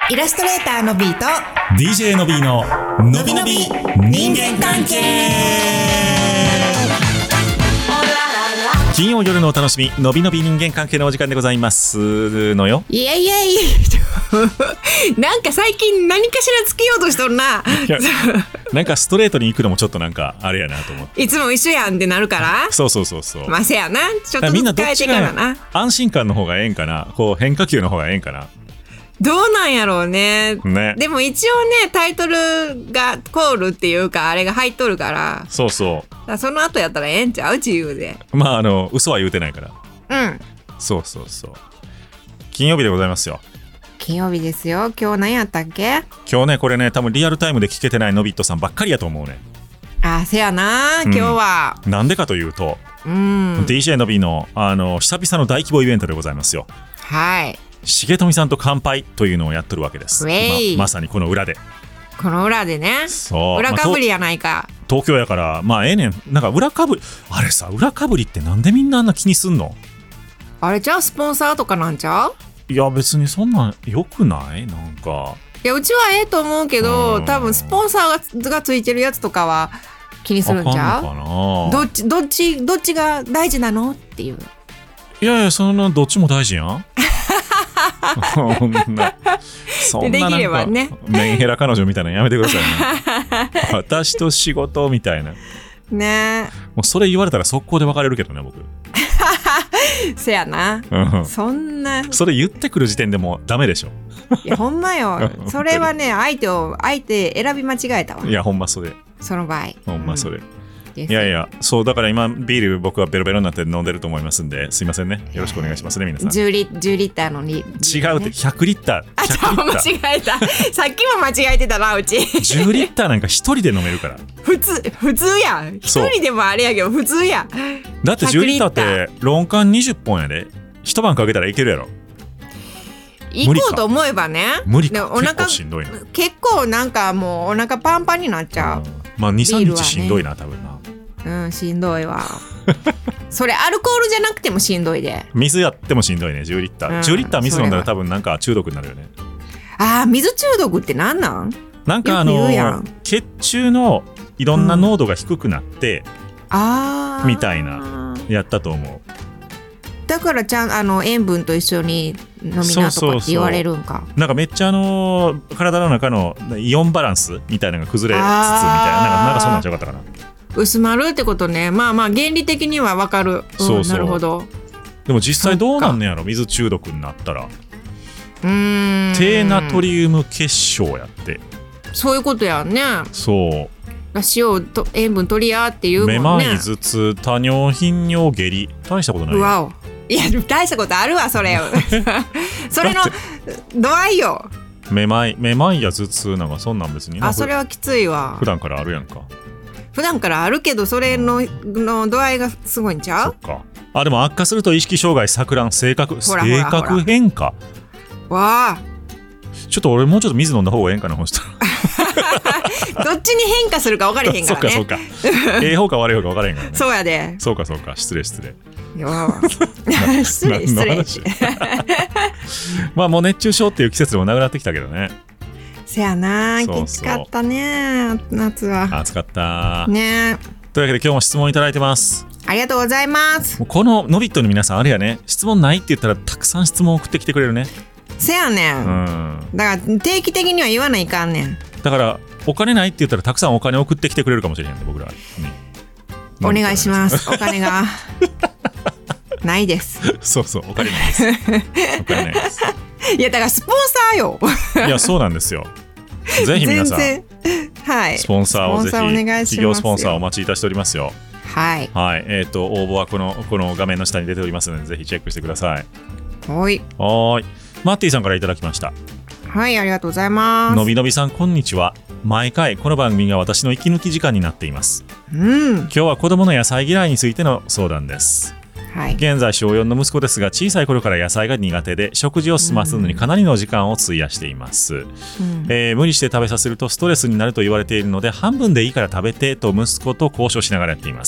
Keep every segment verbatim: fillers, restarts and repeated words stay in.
イラストレーターのビーとディージェー のビーののびのび人間関係。金曜夜のお楽しみ、のびのび人間関係のお時間でございますのよ。 イエイイエイなんか最近何かしらつけようとしとるな。 いやなんかストレートに行くのもちょっとなんかあれやなと思って、 いつも一緒やんってなるから。そうそうそうそう。 まあせやな、ちょっとずつ変えていかなな。 安心感の方がええんかな、こう変化球の方がええんかな。 どうなんやろう ね, ね。 でも一応ね、タイトルがコールっていうかあれが入っとるから。 そうそう。 だからその後やったらええんちゃう、自由で。 まああの嘘は言うてないから。 うん。 そうそうそう。金曜日でございますよ。 金曜日ですよ。今日何やったっけ。 今日ね、これね、多分リアルタイムで聞けてないのびっとさんばっかりやと思うね。 あ、せやな、今日は、 うん、なんでかというと、 うん、 ディージェー のびのあの久々の大規模イベントでございますよ。 はい。 重富さんと乾杯というのをやっとるわけです。ま, まさにこの裏で。 この裏でね。そう。裏かぶりやないか。 まあ、東京やからまあええねん。なんか裏かぶり、あれさ、裏かぶりってなんでみんなあんな気にすんの？ あれじゃあスポンサーとかなんちゃう？ いや別にそんなんよくない？なんか。 いやうちはええと思うけど、多分スポンサー が, がついてるやつとかは気にするんちゃう？ あかんのかな。 どっちどっちどっちが大事なのっていう。 いやいや、そんなどっちも大事やん。そんなそんななんかできればね、メンヘラ彼女みたいなのやめてくださいね。私と仕事みたいなね。 もうそれ言われたら速攻で別れるけどね、僕。 せやな、うん、そんなそれ言ってくる時点でもうダメでしょ。 いやほんまよ。それはね、相手を相手選び間違えたわ。 いやほんまそれ、 その場合ほんまそれ、うん、いやいや、そうだから今ビール僕はベロベロになって飲んでると思いますんで、すいませんね、よろしくお願いしますね皆さん。 じゅうリッターのに、ね、 違うってひゃくリッター。 あ、ちょっと間違えた。さっきも間違えてたな、うち。 じゅうリッターなんか一人で飲めるから。 普通普通やん。一人でもあれやけど普通やん。 だってじゅうリッターってロン缶にじゅっぽんやで。一晩かけたらいけるやろ。 行こうと思えばね。 無理か。お腹結構しんどいな。 結構なんかもうお腹パンパンになっちゃう。 まあにさんにちしんどいな、多分な。 うん、しんどいわ。それアルコールじゃなくてもしんどいで。 水やってもしんどいね。じゅうリッター、うん、じゅうリッター水飲んだら多分なんか中毒になるよね。 ああ、水中毒ってなんなん？ なんかあの血中のいろんな濃度が低くなって、うん、あみたいなやったと思う。 だからちゃんあの塩分と一緒に飲みなとかって言われるんか。そうそうそう。 なんかめっちゃあのー、体の中のイオンバランスみたいなのが崩れつつみたいな、なんかなんかそんなんじゃなかったかな。 薄まるってことね。まあまあ原理的にはわかる、うん、そうそう。なるほど。 でも実際どうなんねやろ、水中毒になったら。うーん、低ナトリウム結晶やって。そういうことやんね。そう。塩と塩分取りやっていうもんね。めまい、頭痛、多尿、頻尿、下痢。大したことない。うわお。いや大したことあるわそれ。それの度合いよ。めまい、めまいや頭痛なんかそんなん別に。あ、それはきついわ。普段からあるやんか。普段からあるけどそれ の,、うん、の度合いがすごいんちゃう？そっか。あ、でも悪化すると意識障害、錯乱、性格性格変化。わあ。ちょっと俺もうちょっと水飲んだ方がええんかな、ほんしたら。どっちに変化するか分かれへんからね。そうかそうか。ええ方か悪い方か分からへんからね。そうやで。そうかそうか。失礼失礼。いや失礼失礼。まあもう熱中症っていう季節でもなくなってきたけどね。せやな、きつかったね夏は。暑かったね。というわけで今日も質問いただいてます。ありがとうございます。こののびっとの皆さんあれやね、質問ないって言ったらたくさん質問送ってきてくれるね。せやねん、うん、だから定期的には言わないかんねん。だからお金ないって言ったらたくさんお金送ってきてくれるかもしれへんね、僕らに。お願いします。お金がないです。そうそう、お金ないです。お金ないです。いやだからスポンサーよ。いやそうなんですよ。ぜひ皆さん、はい、スポンサーをぜひ、企業スポンサーをお待ちいたしておりますよ。はい、はい、えっと応募はこのこの画面の下に出ておりますのでぜひチェックしてください。はい。はい。マッティさんからいただきました。はい、ありがとうございます。のびのびさん、こんにちは。毎回この番組が私の息抜き時間になっています。うん、今日は子供の野菜嫌いについての相談です。はい、現在しょうよんの息子ですが、小さい頃から野菜が苦手で食事を済ますのにかなりの時間を費やしています。うん、えー、無理して食べさせるとストレスになると言われているので、半分でいいから食べてと息子と交渉しながらやっています。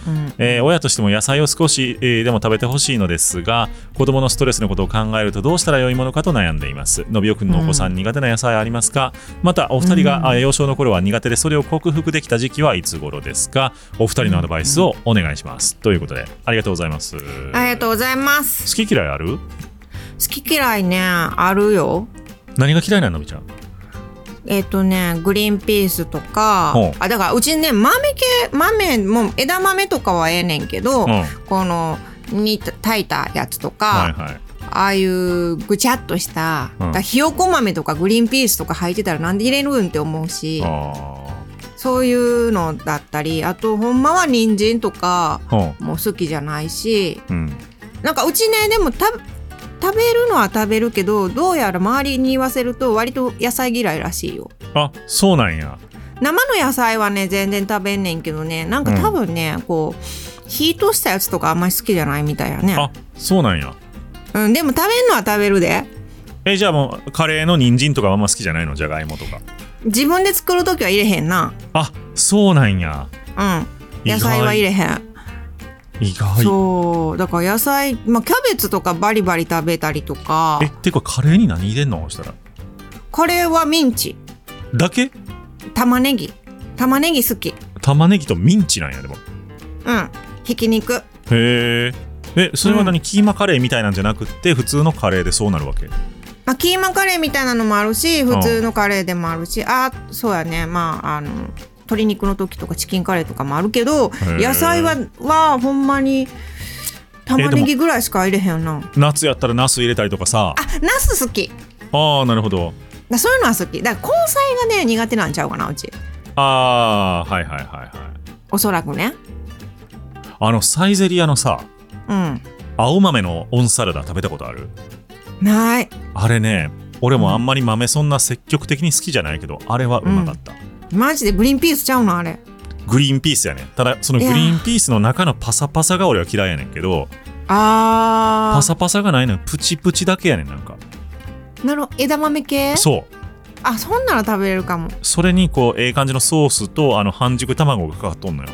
うんえー、親としても野菜を少し、えー、でも食べてほしいのですが、子供のストレスのことを考えるとどうしたらよいものかと悩んでいます。のびおくんのお子さん、うん、苦手な野菜ありますか？またお二人が、うん、幼少の頃は苦手でそれを克服できた時期はいつ頃ですか？お二人のアドバイスをお願いします、うん、ということでありがとうございます。 ありがとうございます。 好き嫌いある？ 好き嫌いね、あるよ。 何が嫌いなの？のびちゃん。 えっ、ー、とねグリーンピースとか、あだからうちね豆系豆も枝豆とかはええねんけど、このに炊いたやつとか、はいはい、ああいうぐちゃっとした、うん、だひよこ豆とかグリーンピースとか入ってたらなんで入れるんって思うし、そういうのだったり、あとほんまは人参とかも好きじゃないし、うん、なんかうちねでもた食べるのは食べるけど、どうやら周りに言わせると割と野菜嫌いらしいよ。 あ、そうなんや。 生の野菜はね全然食べんねんけどね、なんか多分ね、うん、こう火通したやつとかあんまり好きじゃないみたいやね。 あ、そうなんや。 うん、でも食べんのは食べるで。 え、じゃあもうカレーの人参とかあんま好きじゃないの？じゃがいもとか。 自分で作るときは入れへんな。 あ、そうなんや。 うん、野菜は入れへん。 意外。 そうだから野菜、まあ、キャベツとかバリバリ食べたりとか。 え、てかカレーに何入れんの？したらカレーはミンチだけ？ 玉ねぎ玉ねぎ好き。 玉ねぎとミンチなんや。でもうんひき肉。 へえ。え、それは何、うん、キーマカレーみたいなんじゃなくって普通のカレーでそうなるわけ？ まあ、キーマカレーみたいなのもあるし普通のカレーでもあるし、うん、あそうやね、まああの鶏肉の時とかチキンカレーとかもあるけど、野菜ははほんまに玉ねぎぐらいしか入れへんよな。 夏やったらナス入れたりとかさ。 あ、ナス好き。 ああ、なるほど。 だそういうのは好きだから。根菜がね苦手なんちゃうかなうち。 ああ、はいはいはいはい。 おそらくね。 あのサイゼリヤのさ、 うん、 青豆のオンサラダ食べたことある？ ない。あれね、俺もあんまり豆そんな積極的に好きじゃないけど、あれはうまかった、 うん、マジでグリーンピースちゃうのあれ？ グリーンピースやね。ただそのグリーンピースの中のパサパサが俺は嫌いやねんけど、 あパサパサがないのよ。プチプチだけやねん。なんかなるほど、枝豆系。 そう。 あ、そんなら食べれるかも。 それにこうええ感じのソースとあの半熟卵がかかっとんのよ。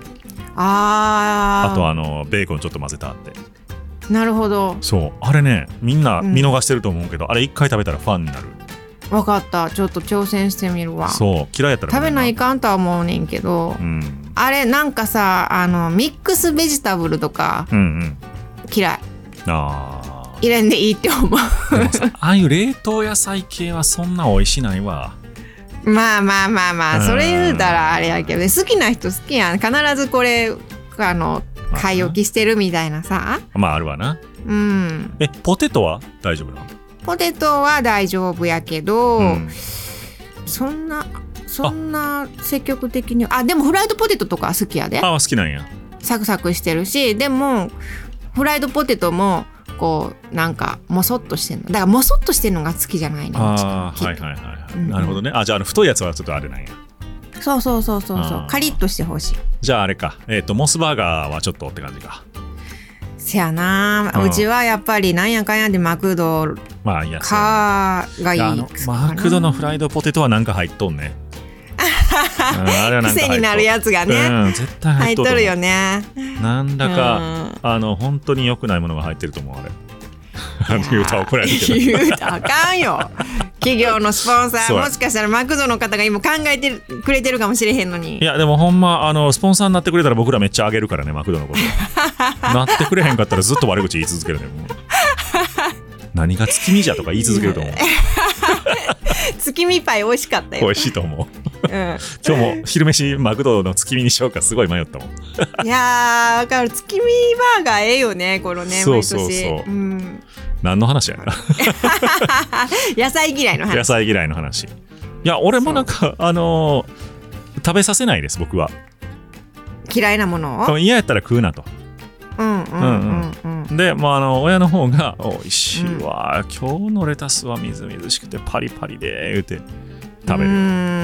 ああとあのベーコンちょっと混ぜたって。 なるほど。 そう、あれねみんな見逃してると思うけど、うん、あれ一回食べたらファンになる。 分かった、ちょっと挑戦してみるわ。 そう、嫌いやったら食べないかんとは思うねんけど、うん、あれなんかさ、あのミックスベジタブルとか、うんうん、嫌い。 あ入れんでいいって思う。 でもさ、ああいう冷凍野菜系はそんな美味しないわ。 まあまあまあまあ、それ言うたらあれやけど、ね、好きな人好きやん。必ずこれあの買い置きしてるみたいなさ。 まああるわな。 うん。 え、ポテトは大丈夫なの？ ポテトは大丈夫やけど、うん、そんなそんな積極的に。あ、でもフライドポテトとか好きやで。 あ、好きなんや。 サクサクしてるし、でもフライドポテトもこうなんかもそっとしてんの。だからもそっとしてんのが好きじゃないの。 ああ、はいはいはい、はい、うん、なるほどね。あ、じゃあ、あの太いやつはちょっとあれなんや。 そうそうそうそうそう、カリッとしてほしい。 じゃああれか、えっとモスバーガーはちょっとって感じか。 せやな、うん、うちはやっぱりなんやかんやでマクドまあいやかがいい。あのマクドのフライドポテトはなんか入っとんね。うん、あれはなんか癖になるやつがね、 うん、絶対入っとる。 入っとるよね。 なんだか、うん、あの本当に良くないものが入ってると思う。あれ言うたら怒られるけど。 言うたらあかんよ。企業のスポンサー、もしかしたらマクドの方が今考えてくれてるかもしれへんのに。 いやでもほんまあのスポンサーになってくれたら僕らめっちゃあげるからね、マクドのことなってくれへんかったらずっと悪口言い続けるね。もう何が月見じゃとか言い続けると思う。 月見パイ美味しかったよ。 美味しいと思う、うん、今日も昼飯マクドの月見にしようかすごい迷ったもん。 いやー分かる、月見バーガーええよね、このね。 そうそうそう、うん、何の話やな。 野菜嫌いの話。 野菜嫌いの話。いや俺もなんかあのー、食べさせないです僕は。 嫌いなものを嫌やったら食うなと。 うんうんうんうん、 でもうあの親の方がおいしいわ、うん、今日のレタスはみずみずしくてパリパリで言うて食べる。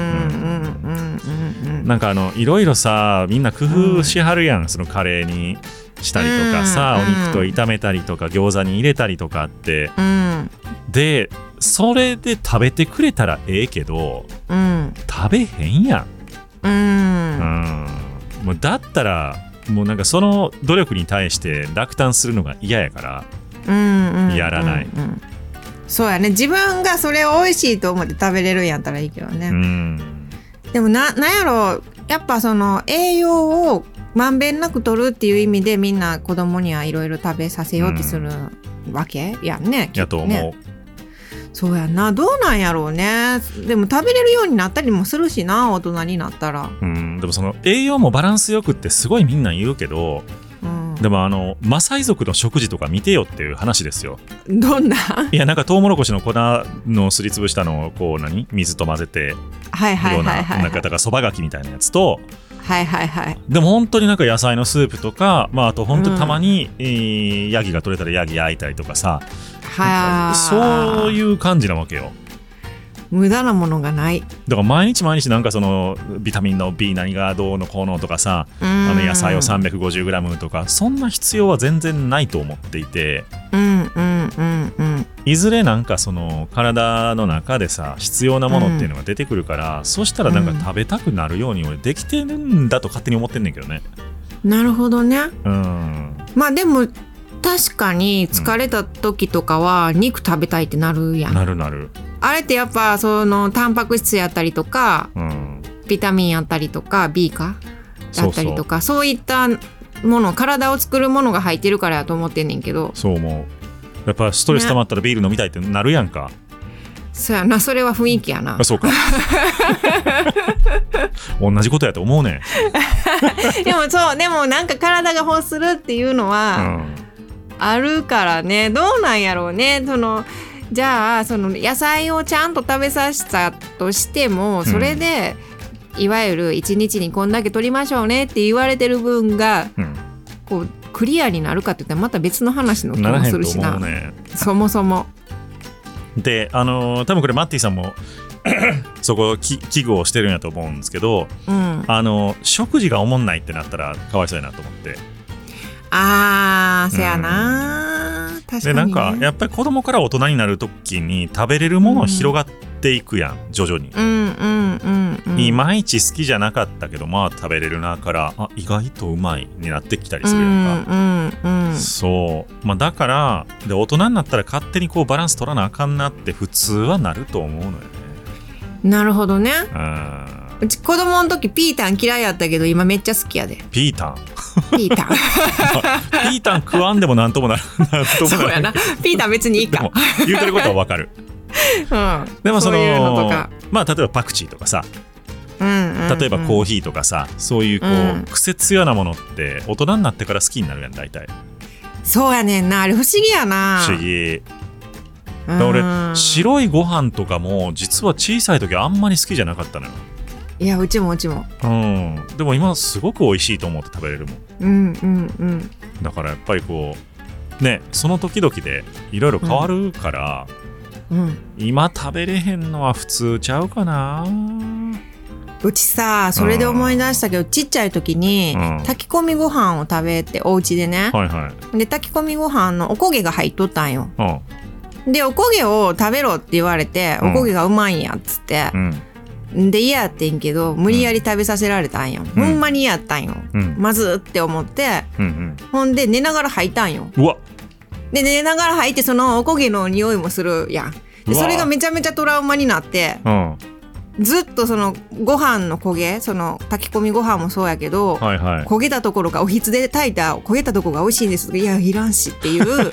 なんかあのいろいろさみんな工夫しはるやん、うん、そのカレーにしたりとかさ、うん、お肉と炒めたりとか餃子に入れたりとかって、うん、でそれで食べてくれたらええけど、うん、食べへんやん、うんうん、もうだったらもうなんかその努力に対して落胆するのが嫌やからやらない、うんうんうんうん、 そうやね。自分がそれを美味しいと思って食べれるんやったらいいけどね、うん、でも な, なんやろやっぱその栄養をまんべんなく取るっていう意味でみんな子供にはいろいろ食べさせようってするわけやんね、 うん、やと思う、ね、 そうやな。どうなんやろうね。でも食べれるようになったりもするしな、大人になったら。 うん、でもその栄養もバランスよくってすごいみんな言うけど、うん、でもあのマサイ族の食事とか見てよっていう話ですよ。 どんな？ いやなんかトウモロコシの粉のすりつぶしたのをこう何水と混ぜて、 はいはいはいはい、はい、 なんかだからそばがきみたいなやつと、 はいはいはい、 でも本当になんか野菜のスープとか、まあ、あと本当にたまに、うんえー、ヤギが取れたらヤギ焼いたりとかさ、はそういう感じなわけよ。 無駄なものがない。 だから毎日毎日なんかそのビタミンの B 何がどうのこうのとかさ、あの野菜を さんびゃくごじゅうグラム とかそんな必要は全然ないと思っていて、うんうんうんうん、いずれなんかその体の中でさ必要なものっていうのが出てくるから、うん、そしたらなんか食べたくなるように俺できてるんだと勝手に思ってんねんけどね。 なるほどね、うん、まあでも確かに疲れた時とかは肉食べたいってなるやん、 うん、なるなる。 あれってやっぱそのタンパク質やったりとか、うん、ビタミンやったりとか B かだったりとか、そうそういったもの体を作るものが入ってるからやと思ってんねんけど。 そう思う。やっぱストレス溜まったらビール飲みたいってなるやんか、ね、 そうやな。それは雰囲気やな。 あそうか同じことやと思うねでもそうでもなんか体が欲するっていうのはあるからね、うん、どうなんやろうね。そのじゃあその野菜をちゃんと食べさせたとしてもそれで、うん、いわゆるいちにちにこんだけ取りましょうねって言われてる分が、うん、こうクリアになるかって言ったらまた別の話の気もするし な, な、ね、そもそもであのー、多分これマッティさんもそこ危惧をしてるんやと思うんですけど、うん、あの食事がおもんないってなったらかわいそうやなと思って。 あー、せやな、うん、確かに、ね、 でなんかやっぱり子供から大人になるときに食べれるもの広がっていくやん、うん、徐々に、うんうんうんうん、いまいち好きじゃなかったけどまあ食べれるなからあ意外とうまいになってきたりするやんか、うんうんうん、そう、まあ、だからで大人になったら勝手にこうバランス取らなあかんなって普通はなると思うのよね。 なるほどね。うんうち子供の時ピータン嫌いやったけど今めっちゃ好きやで。 ピータンピータンピータン食わんでもなんともなるそうやな。ピータン別にいいか。 言うてることはわかる、うん、でもその、そういうのとかまあ例えばパクチーとかさ、うんうんうん、例えばコーヒーとかさそういうこう、うん、癖強なものって大人になってから好きになるやん大体。 そうやねんな。あれ不思議やな。 不思議。俺白いご飯とかも実は小さい時あんまり好きじゃなかったのよ。 いやうちもうちも、 うん、でも今すごく美味しいと思って食べれるもん、うんうんうん、だからやっぱりこうねその時々でいろいろ変わるから、うんうん、今食べれへんのは普通ちゃうかな。 うちさそれで思い出したけど、うん、ちっちゃい時に、うん、炊き込みご飯を食べてお家でね、はいはい、で炊き込みご飯のおこげが入っとったんよ、うん、でおこげを食べろって言われて、うん、おこげがうまいんやっつって、うんで嫌やってんけど無理やり食べさせられたんよ、うん、ほんまに嫌やったんよ、うん、まずって思って、うんうん、ほんで寝ながら吐いたんよ。うわで寝ながら吐いてそのおこげの匂いもするやん。でそれがめちゃめちゃトラウマになって、うん、ずっとそのご飯の焦げその炊き込みご飯もそうやけど、はいはい、焦げたところがおひつで炊いた焦げたところが美味しいんですとかいやいらんしっていう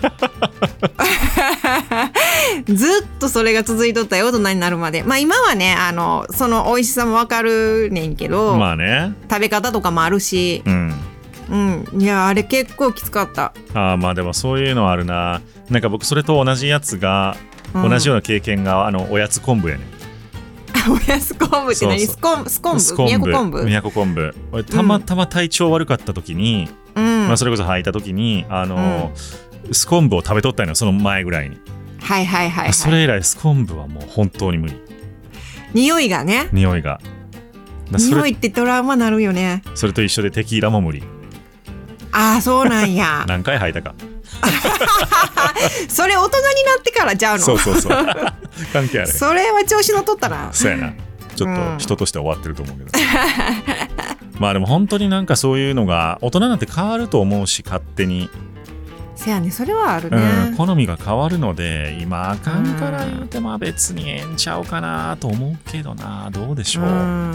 ずっとそれが続いとったよ大人になるまで。まあ今はねあのその美味しさもわかるねんけど、まあね、食べ方とかもあるし、うんうん、いやあれ結構きつかった。 あまあでもそういうのはあるな。なんか僕それと同じやつが、うん、同じような経験があのおやつ昆布やねん。 おやつ昆布って何？スコンスコンブ？宮古昆布？ 宮古昆布。俺たまたま体調悪かった時に、うんまあ、それこそ吐いた時にあの、うん、スコンブを食べとったのよその前ぐらいに。 はいはいはい、はい、 それ以来スコンブはもう本当に無理。 匂いがね。 匂いが。 匂いってトラウマなるよね。 それと一緒でテキーラも無理。 ああそうなんや。 何回吐いたか。 それ大人になってからちゃうの。 そうそうそう。関係ある。 それは調子乗っとったな。 そうやな。ちょっと人として終わってると思うけど。 まあでも本当になんかそういうのが大人になって変わると思うし、勝手にせやね、それはあるね、 うん、好みが変わるので今あかんから言うても別にええんちゃうかなと思うけどな。どうでしょう。うん、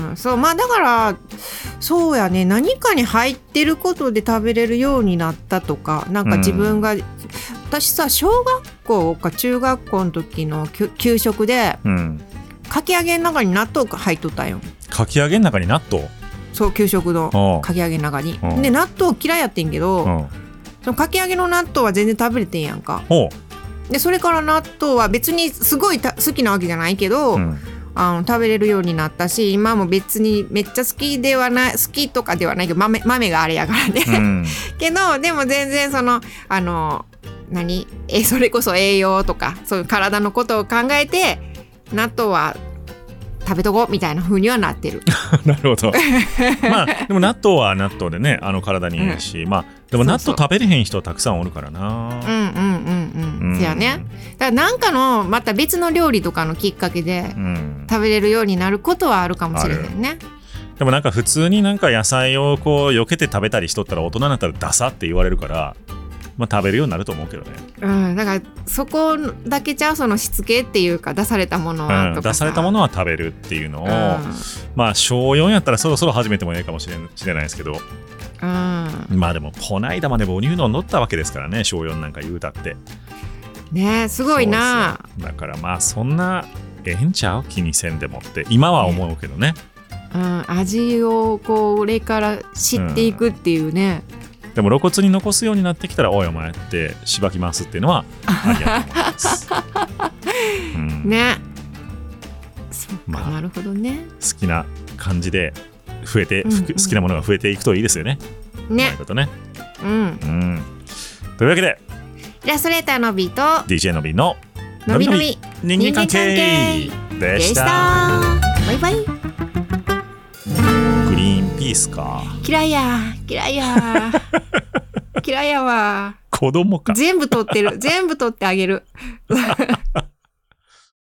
そうまあだからそうやね、何かに入ってることで食べれるようになったとか、なんか自分が、うん、私さ小学校か中学校の時の給食で、うん、かき揚げの中に納豆が入っとったよ。 かき揚げの中に納豆？ そう、給食のかき揚げの中に。で納豆嫌いやってんけど、うんそのかき揚げの納豆は全然食べれてんやんか。でそれから納豆は別にすごい好きなわけじゃないけど、うん、あの食べれるようになったし、今も別にめっちゃ好きではない、好きとかではないけど 豆, 豆があれやからね、うん、けどでも全然そのあの何えそれこそ栄養とかそういう体のことを考えて納豆は食べとこうみたいな風にはなってる。 なるほど。まあでも納豆は納豆でね、あの体にいいし、うん、まあでも納豆食べれへん人はたくさんおるからな。うんうんうんうん。そやね。だからなんかのまた別の料理とかのきっかけで食べれるようになることはあるかもしれないね。 でもなんか普通になんか野菜をこう避けて食べたりしとったら大人になったらダサって言われるから。まあ、食べるようになると思うけどね。 うん、だからそこだけじゃそのしつけっていうか出されたものはとかさ、うん、 出されたものは食べるっていうのを、うん、まあ小よんやったらそろそろ始めてもいいかもしれないですけど、うん、まあでもこないだまで母乳飲んどったわけですからね、小よんなんか言うたってね。すごいな。 だからまあそんなええんちゃう気にせんでもって今は思うけどね、 うん、味をこれから知っていくっていうね、うんでも露骨に残すようになってきたらおいお前ってしばきますっていうのはありやと思います、 うん、ね。そうか、まあ、なるほどね。 好きな感じで増えて、うんうん、好きなものが増えていくといいですよね。 ね。 そういうことね、 うん、うん、 というわけでイラストレーターのビーとディージェー のビーののびのび人間関係でした。 バイバイ。 グリーンピースか。 嫌いや嫌いや嫌いやわ。 子供か。 全部取ってる全部取ってあげる